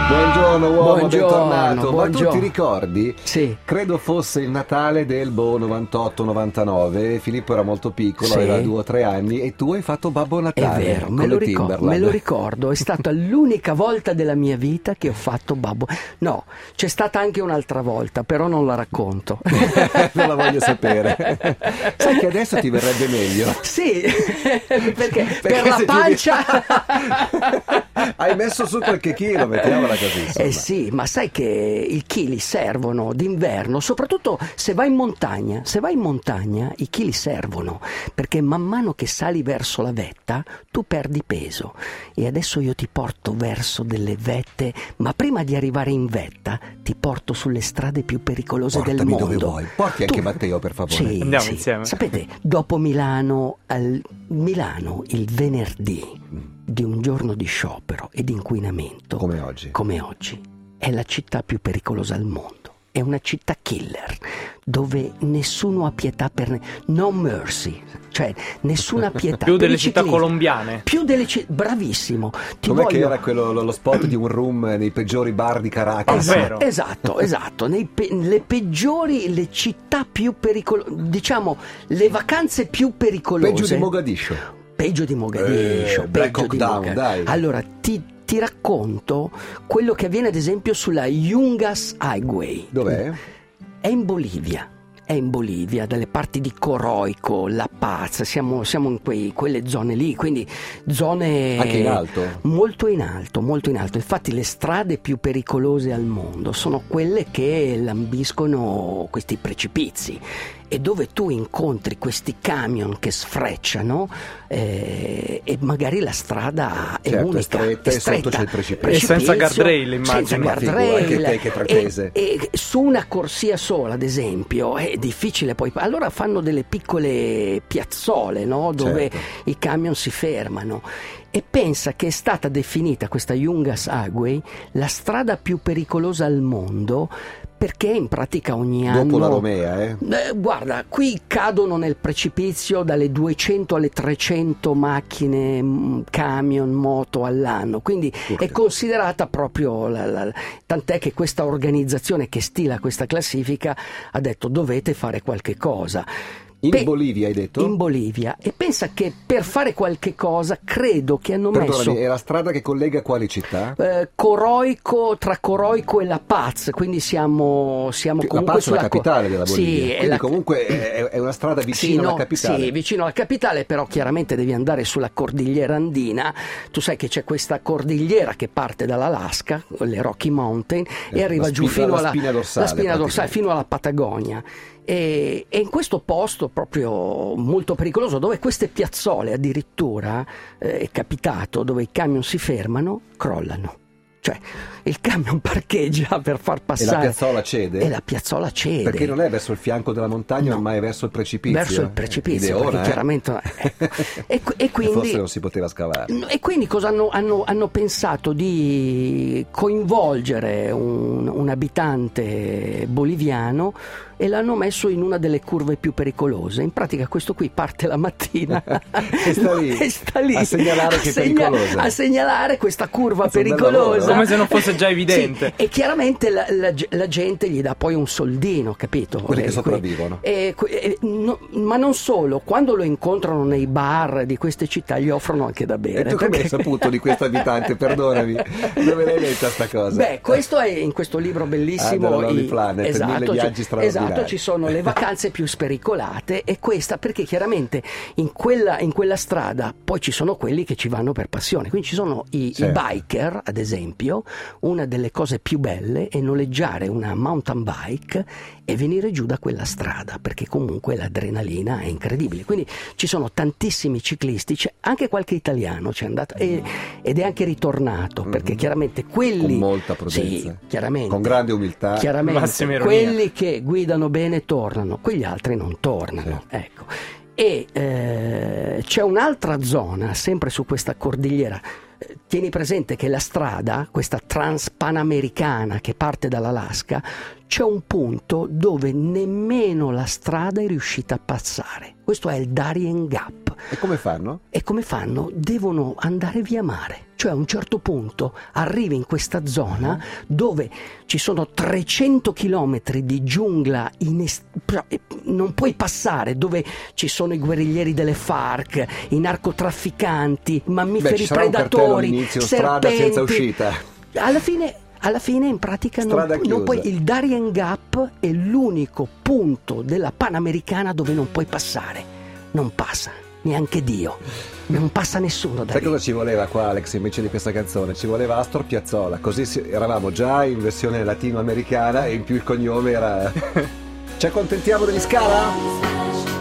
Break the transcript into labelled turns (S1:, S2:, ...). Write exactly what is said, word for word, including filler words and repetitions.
S1: Buongiorno uomo,
S2: Buongiorno,
S1: bentornato.
S2: buongiorno.
S1: Ma tu ti ricordi?
S2: Sì.
S1: Credo fosse il Natale del boh novantotto novantanove. Filippo era molto piccolo,
S2: Sì.
S1: aveva due o tre anni e tu hai fatto Babbo
S2: È
S1: Natale.
S2: vero,
S1: con
S2: me
S1: le
S2: lo, ricordo,
S1: Timberland.
S2: me lo ricordo, è stata l'unica volta della mia vita che ho fatto Babbo. No, c'è stata anche un'altra volta, però non la racconto.
S1: Non la voglio sapere. Sai che adesso ti verrebbe meglio.
S2: Sì, perché,
S1: Perché
S2: per la
S1: se tu
S2: pancia...
S1: Hai messo su qualche chilo, mettiamola così, insomma.
S2: Eh sì, ma sai che i chili servono d'inverno, soprattutto se vai in montagna. Se vai in montagna i chili servono, perché man mano che sali verso la vetta tu perdi peso. E adesso io ti porto verso delle vette, ma prima di arrivare in vetta ti porto sulle strade più pericolose
S1: Portami
S2: del mondo.
S1: dove vuoi. Porti anche
S2: Tu-
S1: Matteo, per favore.
S2: Sì,
S3: Andiamo
S2: sì.
S3: insieme.
S2: Sapete, dopo Milano, al Milano il venerdì di un giorno di sciopero e di inquinamento,
S1: Come oggi.
S2: come oggi, è la città più pericolosa al mondo. È una città killer, dove nessuno ha pietà per... Ne- no mercy, cioè nessuna pietà.
S3: Più
S2: per
S3: delle
S2: i
S3: città
S2: ciclisti.
S3: colombiane.
S2: Più delle città... Bravissimo. Ti
S1: Com'è
S2: voglio...
S1: che era quello, lo, lo spot di un room nei peggiori bar di Caracas?
S3: Ah, vero.
S2: Esatto, esatto. Nei pe- le peggiori, le città più pericolose, diciamo, le vacanze più pericolose.
S1: Peggio di Mogadiscio.
S2: Peggio di Mogadiscio.
S1: Eh, Black
S2: peggio
S1: Hawk
S2: di
S1: Down,
S2: Mogadiscio.
S1: dai.
S2: Allora, ti, ti racconto quello che avviene ad esempio sulla Yungas Highway.
S1: Dov'è?
S2: È in Bolivia. È in Bolivia, dalle parti di Coroico, La Paz, siamo, siamo in quei, quelle zone lì, quindi zone...
S1: Anche in alto?
S2: Molto in alto, molto in alto. Infatti le strade più pericolose al mondo sono quelle che lambiscono questi precipizi e dove tu incontri questi camion che sfrecciano eh, e magari la strada è
S1: Certo, è
S2: unica,
S1: stretta e sotto c'è il precipizio.
S3: E senza guardrail, immagino.
S2: senza
S1: Ma figo,
S2: guardrail,
S1: anche te che pretese.
S2: e, e su una corsia sola, ad esempio, è difficile poi. Allora fanno delle piccole piazzole, no? Dove
S1: Certo.
S2: i camion si fermano. E pensa che è stata definita questa Yungas Highway la strada più pericolosa al mondo, perché in pratica ogni anno...
S1: Dopo la Romea, eh?
S2: Eh, guarda, qui cadono nel precipizio dalle duecento alle trecento macchine, mh, camion, moto all'anno, quindi
S1: Urca.
S2: è considerata proprio la, la- tant'è che questa organizzazione che stila questa classifica ha detto dovete fare qualche cosa.
S1: In
S2: Pe-
S1: Bolivia hai detto?
S2: In Bolivia, e pensa che per fare qualche cosa credo che hanno
S1: Perdonami,
S2: messo
S1: è la strada che collega quali città?
S2: eh, Coroico, tra Coroico e La Paz, quindi siamo, siamo
S1: La
S2: comunque
S1: Paz è la
S2: sulla co-
S1: capitale della Bolivia,
S2: Sì, è
S1: quindi
S2: la-
S1: comunque è, è una strada vicino
S2: sì, no,
S1: alla capitale.
S2: Sì, vicino alla capitale, però chiaramente devi andare sulla cordigliera andina. Tu sai che c'è questa cordigliera che parte dall'Alaska, le Rocky Mountain,
S1: Eh,
S2: e arriva
S1: la
S2: giù
S1: spina-
S2: fino
S1: la
S2: alla
S1: spina dorsale,
S2: la spina dorsale,
S1: praticamente.
S2: fino alla Patagonia. E, e in questo posto proprio molto pericoloso, dove queste piazzole addirittura eh, è capitato, dove i camion si fermano, crollano. Cioè il camion parcheggia per far
S1: E
S2: passare
S1: la piazzola cede?
S2: e la piazzola cede.
S1: Perché non è verso il fianco della montagna,
S2: No.
S1: ma è verso il precipizio.
S2: Verso il precipizio,
S1: Ideona,
S2: perché
S1: eh?
S2: chiaramente ecco. e, e quindi
S1: Forse non si poteva scavare.
S2: e quindi cosa hanno, hanno, hanno pensato di coinvolgere un, un abitante boliviano e l'hanno messo in una delle curve più pericolose. In pratica questo qui parte la mattina
S1: E sta lì,
S2: e sta lì
S1: a segnalare
S2: a
S1: che è
S2: segna-
S1: pericolosa.
S2: a segnalare questa curva
S1: È un bel
S2: pericolosa,
S1: lavoro.
S3: Come se non fosse già evidente.
S2: Sì, e chiaramente la, la- la gente gli dà poi un soldino, capito?
S1: Quelli che
S2: Eh,
S1: sopravvivono.
S2: e que- e no- ma non solo, quando lo incontrano nei bar di queste città gli offrono anche da bere.
S1: E tu come
S2: perché-
S1: hai saputo di questo abitante? Perdonami. Dove l'hai letta sta cosa?
S2: Beh, questo è in questo libro bellissimo.
S1: Ah, della Lonely
S2: i-
S1: Planet,
S2: esatto,
S1: Mille
S2: ci-
S1: viaggi straordinari.
S2: esatto, ci sono le vacanze più spericolate e questa perché chiaramente in quella, in quella strada poi ci sono quelli che ci vanno per passione. Quindi ci sono i,
S1: Certo.
S2: i biker, ad esempio. Una delle cose più belle è noleggiare una mountain bike e venire giù da quella strada, perché comunque l'adrenalina è incredibile. Quindi ci sono tantissimi ciclisti, c'è anche qualche italiano c'è andato e- ed è anche ritornato, perché chiaramente quelli
S1: Con molta prudenza.
S2: sì, chiaramente,
S1: Con grande umiltà.
S2: chiaramente
S3: Massima ironia.
S2: quelli che guidano bene tornano, quegli altri non tornano, ecco. E eh, c'è un'altra zona sempre su questa cordigliera. Eh, tieni presente che la strada, questa transpanamericana che parte dall'Alaska, c'è un punto dove nemmeno la strada è riuscita a passare. Questo è il Darien Gap.
S1: E come fanno?
S2: E come fanno? Devono andare via mare. Cioè a un certo punto arrivi in questa zona dove ci sono trecento chilometri di giungla ines- non puoi passare, dove ci sono i guerriglieri delle FARC, i narcotrafficanti, mammiferi
S1: Beh, ci sarà un cartello
S2: predatori,
S1: all'inizio, strada
S2: serpenti.
S1: senza uscita.
S2: Alla fine, alla fine in pratica non,
S1: Strada
S2: non
S1: chiusa.
S2: puoi, il Darien Gap è l'unico punto della Panamericana dove non puoi passare, non passa neanche Dio, non passa nessuno da
S1: Sai
S2: lì.
S1: cosa ci voleva qua, Alex, invece di questa canzone? Ci voleva Astor Piazzolla, così si- eravamo già in versione latinoamericana e in più il cognome era... Ci accontentiamo degli Scala?